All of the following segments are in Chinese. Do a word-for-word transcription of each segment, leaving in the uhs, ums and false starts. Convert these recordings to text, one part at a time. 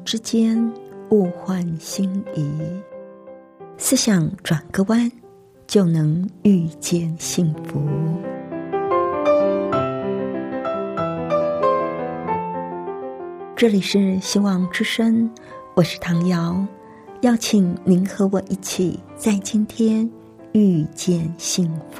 之间物换星移，思想转个弯，就能遇见幸福。这里是希望之声，我是唐瑶，邀请您和我一起在今天遇见幸福。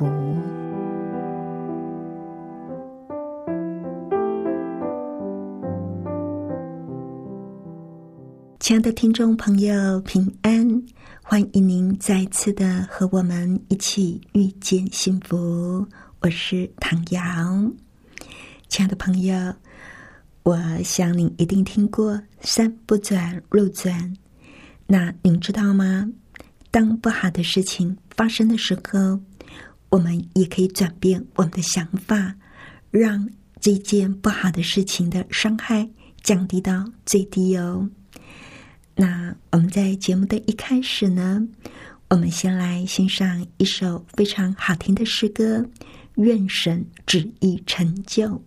亲爱的听众朋友，平安，欢迎您再次的和我们一起遇见幸福。我是唐瑶。亲爱的朋友，我想您一定听过山不转路转，那您知道吗？当不好的事情发生的时候，我们也可以转变我们的想法，让这件不好的事情的伤害降低到最低哦。那我们在节目的一开始呢，我们先来欣赏一首非常好听的诗歌，愿神旨意成就。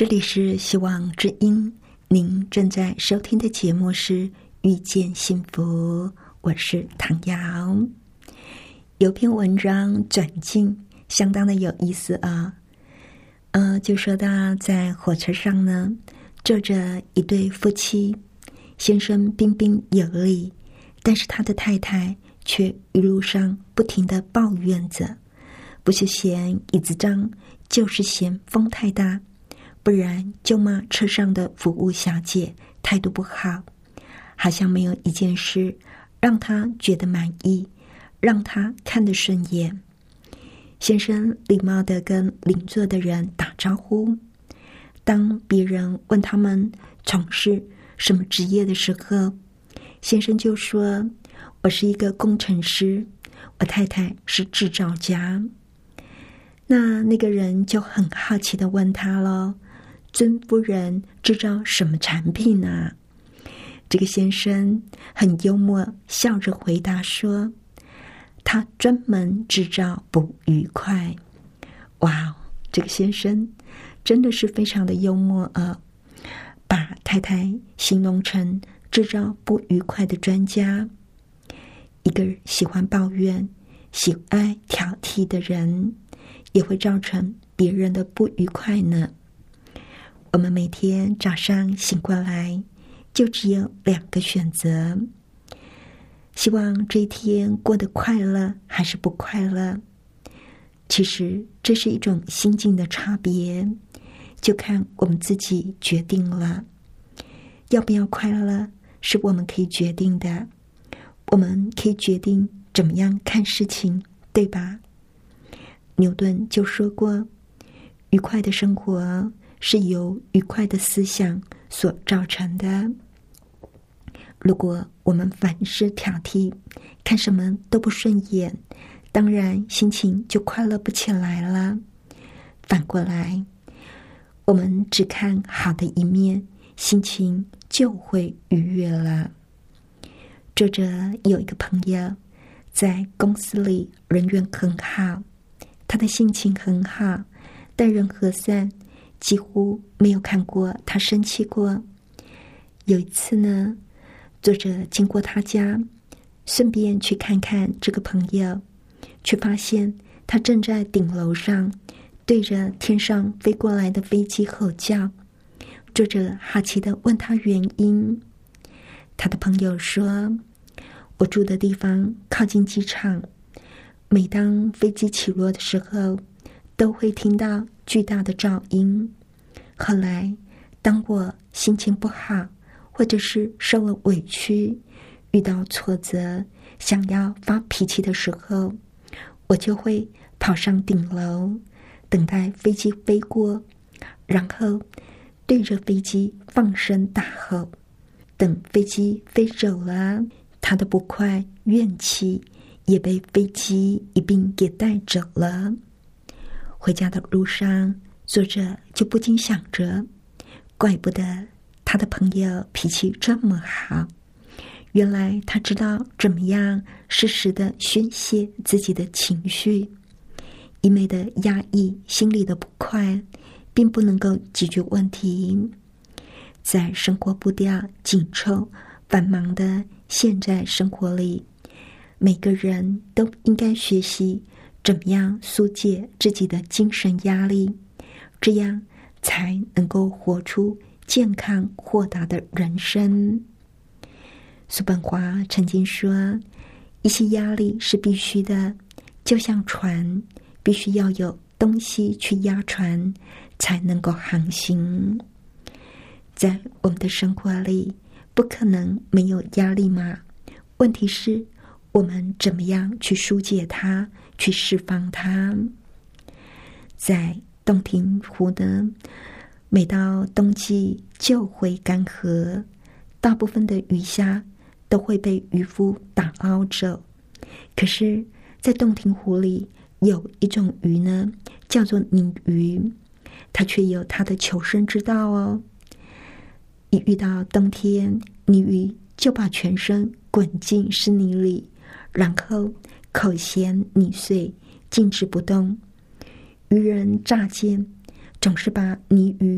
这里是希望之音，您正在收听的节目是遇见幸福，我是唐瑶。有篇文章转进相当的有意思啊，呃，就说到在火车上呢，坐着一对夫妻，先生彬彬有礼，但是他的太太却一路上不停地抱怨着，不是嫌椅子脏，就是嫌风太大，不然就骂车上的服务小姐态度不好，好像没有一件事让他觉得满意，让他看得顺眼。先生礼貌地跟邻座的人打招呼，当别人问他们从事什么职业的时候，先生就说：我是一个工程师，我太太是制造家。那那个人就很好奇地问他了：尊夫人制造什么产品啊？这个先生很幽默，笑着回答说：他专门制造不愉快。哇，这个先生真的是非常的幽默啊，把太太形容成制造不愉快的专家。一个喜欢抱怨、喜爱挑剔的人，也会造成别人的不愉快呢。我们每天早上醒过来，就只有两个选择，希望这一天过得快乐还是不快乐。其实这是一种心境的差别，就看我们自己决定了。要不要快乐是我们可以决定的，我们可以决定怎么样看事情，对吧？牛顿就说过，愉快的生活是由愉快的思想所造成的。如果我们凡事挑剔，看什么都不顺眼，当然心情就快乐不起来了。反过来，我们只看好的一面，心情就会愉悦了。作者有一个朋友在公司里人缘很好，他的性情很好，待人和善，几乎没有看过他生气过。有一次呢，作者经过他家，顺便去看看这个朋友，却发现他正在顶楼上对着天上飞过来的飞机吼叫。作者好奇地问他原因，他的朋友说：我住的地方靠近机场，每当飞机起落的时候，都会听到巨大的噪音。后来当我心情不好，或者是受了委屈，遇到挫折，想要发脾气的时候，我就会跑上顶楼，等待飞机飞过，然后对着飞机放声大吼。等飞机飞走了，他的不快怨气也被飞机一并给带走了。回家的路上，作者就不禁想着，怪不得他的朋友脾气这么好，原来他知道怎么样适时的宣泄自己的情绪，一味的压抑心里的不快，并不能够解决问题。在生活步调紧凑繁忙的现在生活里，每个人都应该学习怎么样疏解自己的精神压力，这样才能够活出健康豁达的人生。叔本华曾经说，一些压力是必须的，就像船必须要有东西去压船，才能够航行。在我们的生活里，不可能没有压力嘛，问题是我们怎么样去疏解它，去释放它。在洞庭湖呢，每到冬季就会干涸，大部分的鱼虾都会被渔夫打捞走。可是在洞庭湖里有一种鱼呢，叫做泥鱼，它却有它的求生之道哦。一遇到冬天，泥鱼就把全身滚进湿泥里，然后口衔泥碎，静止不动。渔人乍见，总是把泥鱼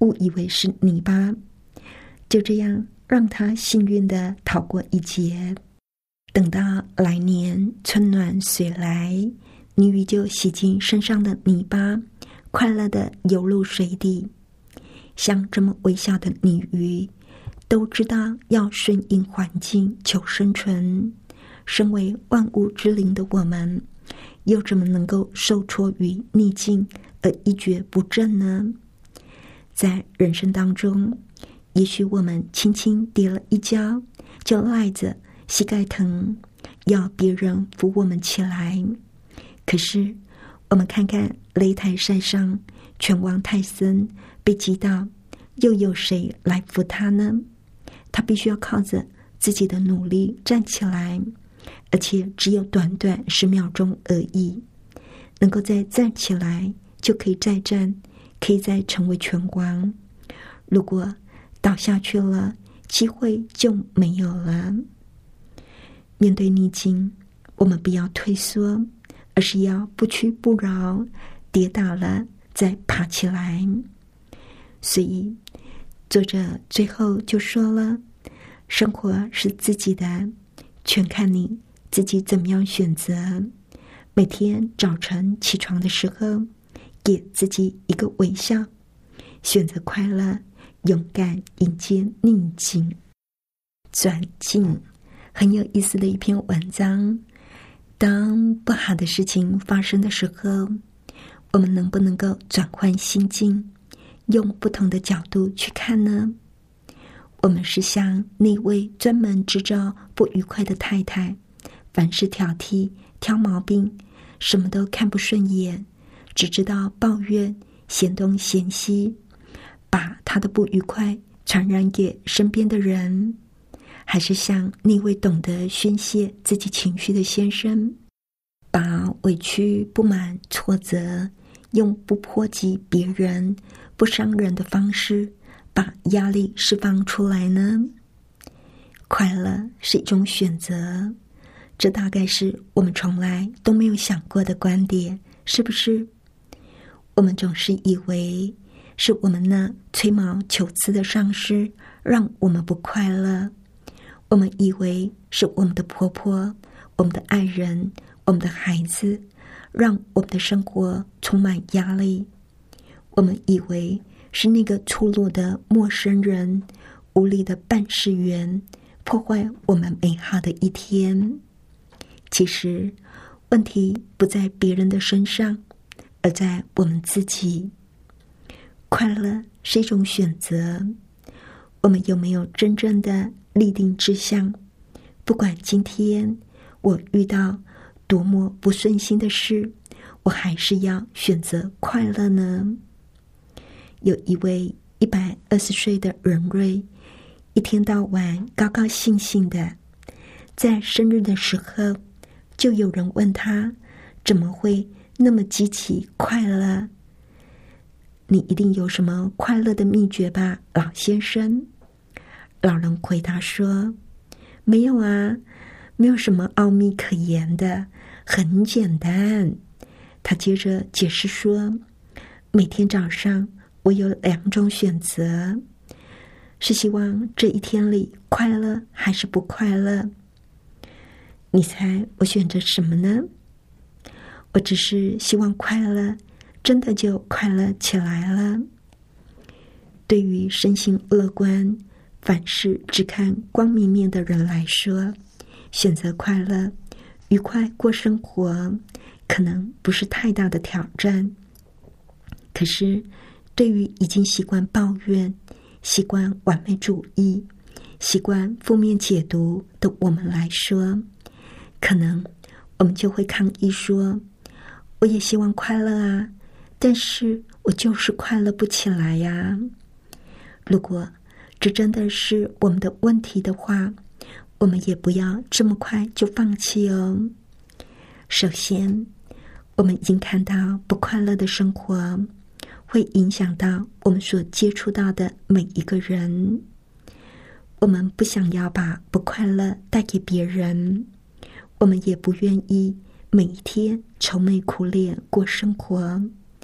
误以为是泥巴，就这样让他幸运地逃过一劫。等到来年春暖水来，泥鱼就洗净身上的泥巴，快乐地游入水底。像这么微小的泥鱼，都知道要顺应环境求生存。身为万物之灵的我们，又怎么能够受挫于逆境而一蹶不振呢？在人生当中，也许我们轻轻跌了一跤，就赖着膝盖疼，要别人扶我们起来。可是我们看看擂台赛上拳王泰森被击倒，又有谁来扶他呢？他必须要靠着自己的努力站起来，而且只有短短十秒钟而已。能够再站起来，就可以再战，可以再成为拳王。如果倒下去了，机会就没有了。面对逆境，我们不要退缩，而是要不屈不挠，跌倒了再爬起来。所以作者最后就说了，生活是自己的，全看你自己怎么样选择。每天早晨起床的时候，给自己一个微笑，选择快乐，勇敢迎接逆境。转境，很有意思的一篇文章。当不好的事情发生的时候，我们能不能够转换心境，用不同的角度去看呢？我们是像那位专门制造不愉快的太太，凡事挑剔、挑毛病，什么都看不顺眼，只知道抱怨、嫌东嫌西，把他的不愉快传染给身边的人？还是像那位懂得宣泄自己情绪的先生，把委屈、不满、挫折用不波及别人、不伤人的方式把压力释放出来呢？快乐是一种选择，这大概是我们从来都没有想过的观点，是不是？我们总是以为是我们那吹毛求疵的上司让我们不快乐，我们以为是我们的婆婆、我们的爱人、我们的孩子让我们的生活充满压力，我们以为是那个粗鲁的陌生人、无理的办事员破坏我们美好的一天。其实问题不在别人的身上，而在我们自己。快乐是一种选择，我们有没有真正的立定志向？不管今天我遇到多么不顺心的事，我还是要选择快乐呢？有一位一百二十岁的人瑞，一天到晚高高兴兴的，在生日的时候，就有人问他，怎么会那么积极快乐？你一定有什么快乐的秘诀吧，老先生？老人回答说，没有啊，没有什么奥秘可言的，很简单。他接着解释说，每天早上我有两种选择，是希望这一天里快乐还是不快乐？你猜我选择什么呢？我只是希望快乐，真的就快乐起来了。对于身心乐观、凡事只看光明面的人来说，选择快乐、愉快过生活，可能不是太大的挑战。可是，对于已经习惯抱怨、习惯完美主义、习惯负面解读的我们来说，可能我们就会抗议说，我也希望快乐啊，但是我就是快乐不起来呀。如果这真的是我们的问题的话，我们也不要这么快就放弃哦。首先，我们已经看到不快乐的生活会影响到我们所接触到的每一个人。我们不想要把不快乐带给别人，我们也不愿意每一天愁眉苦脸过生活。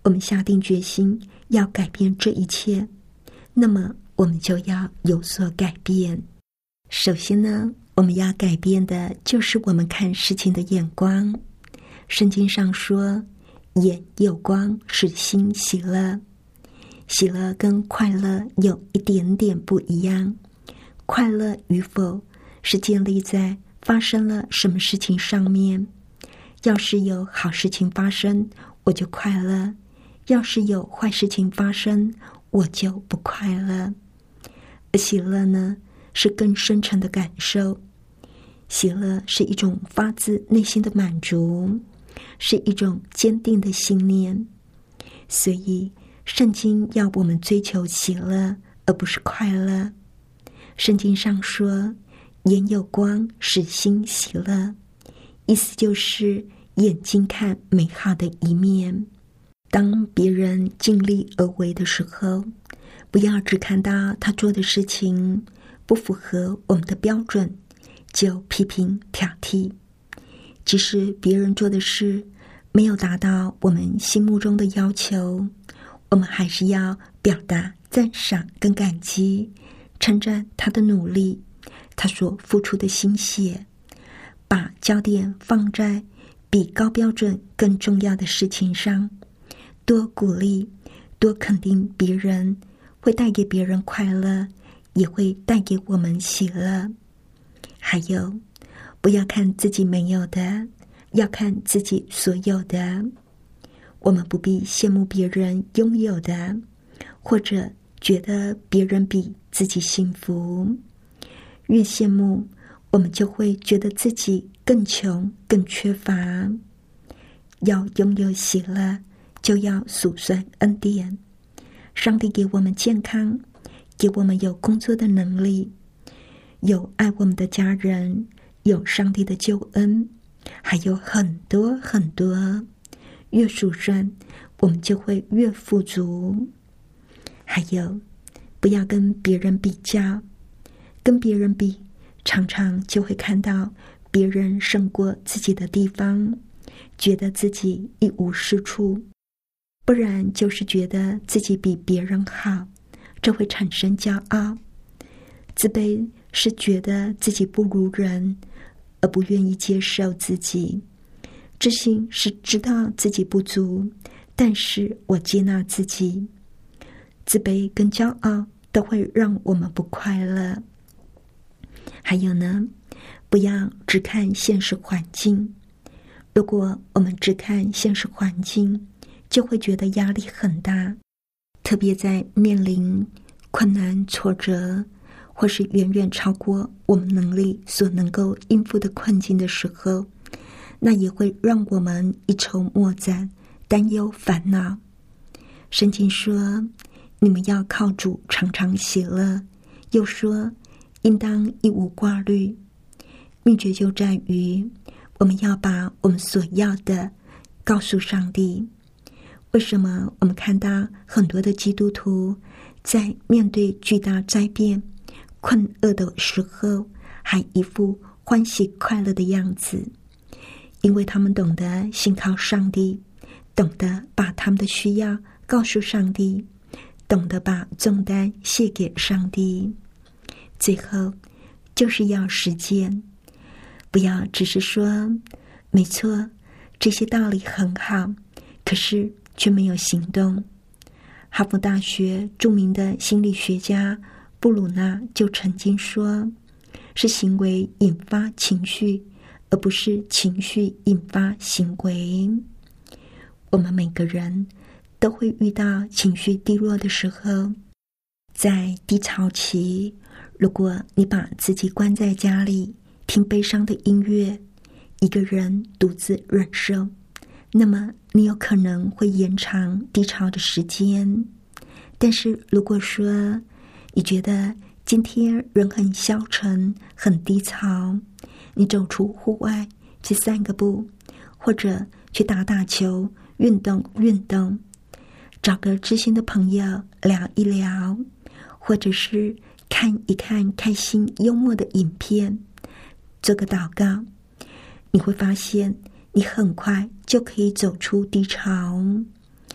我们下定决心要改变这一切，那么我们就要有所改变。首先呢，我们要改变的就是我们看事情的眼光。圣经上说，眼有光，使心喜乐。喜乐跟快乐有一点点不一样。快乐与否是建立在发生了什么事情上面。要是有好事情发生，我就快乐；要是有坏事情发生，我就不快乐。而喜乐呢，是更深沉的感受。喜乐是一种发自内心的满足，是一种坚定的信念。所以圣经要我们追求喜乐，而不是快乐。圣经上说，眼有光，使心喜乐，意思就是眼睛看美好的一面。当别人尽力而为的时候，不要只看到他做的事情不符合我们的标准，就批评挑剔。即使别人做的事没有达到我们心目中的要求，我们还是要表达赞赏跟感激，称赞他的努力，他所付出的心血，把焦点放在比高标准更重要的事情上，多鼓励，多肯定别人，会带给别人快乐，也会带给我们喜乐。还有，不要看自己没有的，要看自己所有的。我们不必羡慕别人拥有的，或者觉得别人比自己幸福。越羡慕，我们就会觉得自己更穷、更缺乏。要拥有喜乐，就要数算恩典。上帝给我们健康，给我们有工作的能力，有爱我们的家人，有上帝的救恩，还有很多很多。越数算，我们就会越富足。还有，不要跟别人比较，跟别人比，常常就会看到别人胜过自己的地方，觉得自己一无是处，不然就是觉得自己比别人好，这会产生骄傲。自卑是觉得自己不如人，而不愿意接受自己。自信是知道自己不足，但是我接纳自己。自卑跟骄傲都会让我们不快乐。还有呢，不要只看现实环境。如果我们只看现实环境，就会觉得压力很大，特别在面临困难挫折，或是远远超过我们能力所能够应付的困境的时候，那也会让我们一筹莫展，担忧烦恼。圣经说，你们要靠主常常喜乐，又说应当一无挂虑。秘诀就在于我们要把我们所要的告诉上帝。为什么我们看到很多的基督徒在面对巨大灾变困厄的时候，还一副欢喜快乐的样子？因为他们懂得信靠上帝，懂得把他们的需要告诉上帝，懂得把重担卸给上帝。最后就是要实践，不要只是说没错，这些道理很好，可是却没有行动。哈佛大学著名的心理学家布鲁纳就曾经说，是行为引发情绪，而不是情绪引发行为。我们每个人都会遇到情绪低落的时候，在低潮期，如果你把自己关在家里，听悲伤的音乐，一个人独自忍受，那么你有可能会延长低潮的时间。但是如果说你觉得今天人很消沉，很低潮，你走出户外去散个步，或者去打打球，运动运动，找个知心的朋友聊一聊，或者是看一看开心幽默的影片，做个祷告，你会发现你很快就可以走出低潮。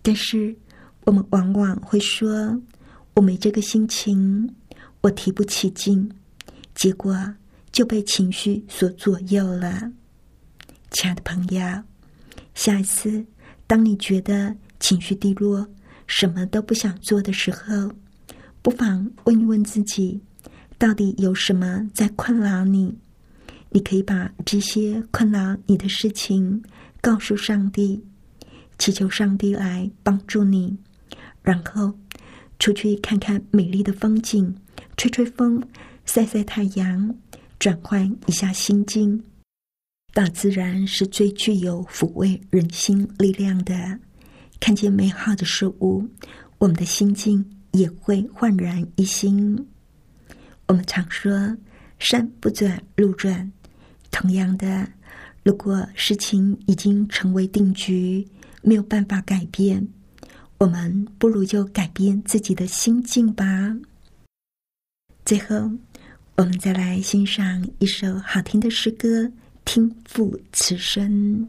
但是我们往往会说，我没这个心情，我提不起劲，结果就被情绪所左右了。亲爱的朋友，下一次当你觉得情绪低落，什么都不想做的时候，不妨问一问自己，到底有什么在困扰你？你可以把这些困扰你的事情告诉上帝，祈求上帝来帮助你，然后出去看看美丽的风景，吹吹风，晒晒太阳，转换一下心境。大自然是最具有抚慰人心力量的，看见美好的事物，我们的心境也会焕然一新。我们常说山不转路转，同样的，如果事情已经成为定局，没有办法改变，我们不如就改变自己的心境吧。最后，我们再来欣赏一首好听的诗歌，听父此声。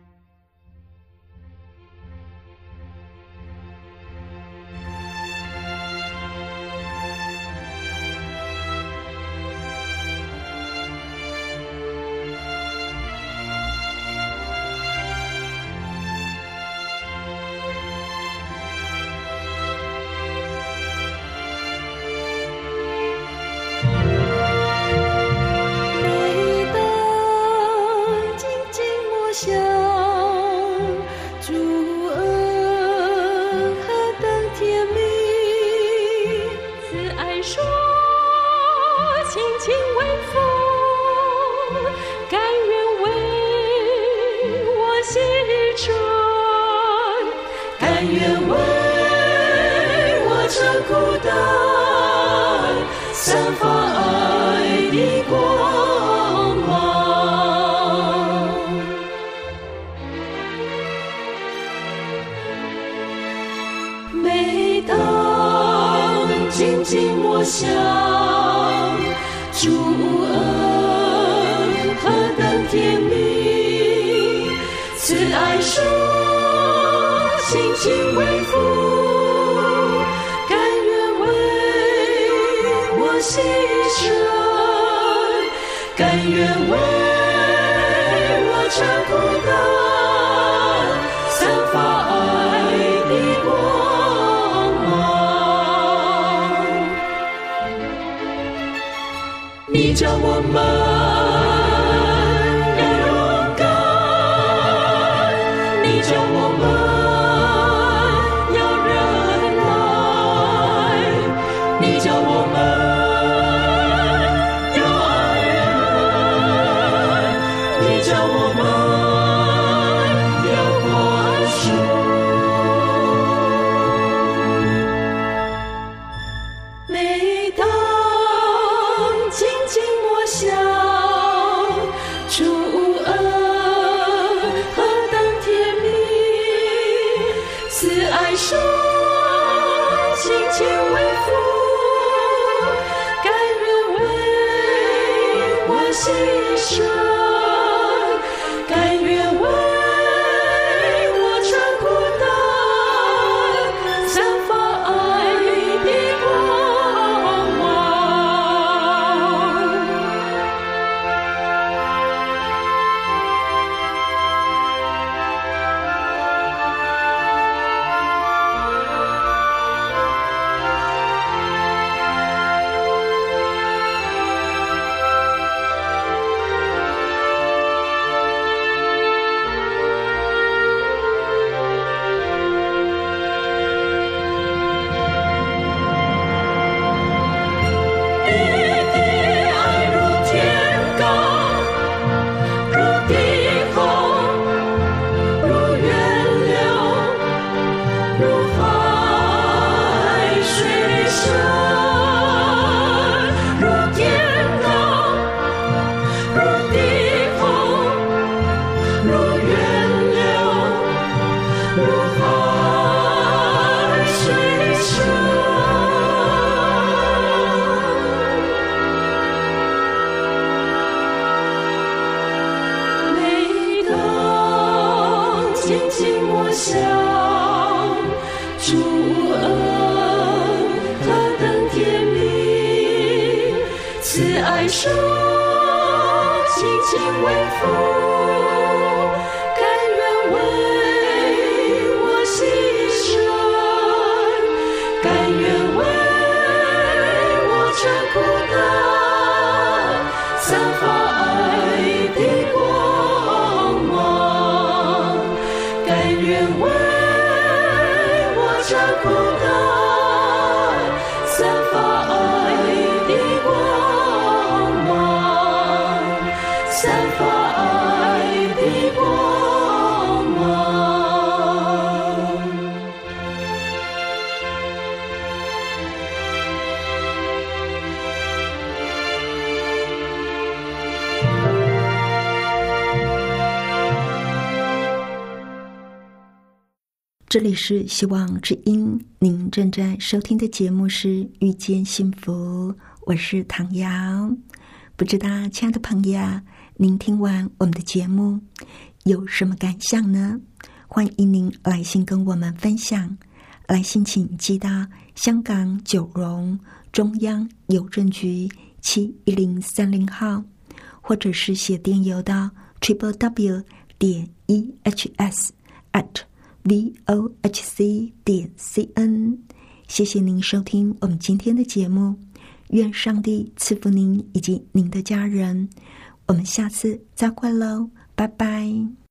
静静默想主恩何等甜蜜，慈爱说亲情为父，甘愿为我牺牲，甘愿为我承苦担，散发爱的光芒。你叫我们每当静静默想感受，紧紧为父，甘愿为我牺牲，甘愿为我承苦担，散发爱的光芒，甘愿为我承苦担，散发爱的光芒，散发爱的光芒。 这里是希望之音，您正在收听的节目是遇见幸福，我是唐瑶。不知道亲爱的朋友，您听完我们的节目有什么感想呢？欢迎您来信跟我们分享，来信请寄到香港九龙中央邮政局七一零三零号，或者是写电邮到 triple w 点 e h s at vohc 点 cn。 谢谢您收听我们今天的节目，愿上帝赐福您以及您的家人，我们下次再会喽，拜拜。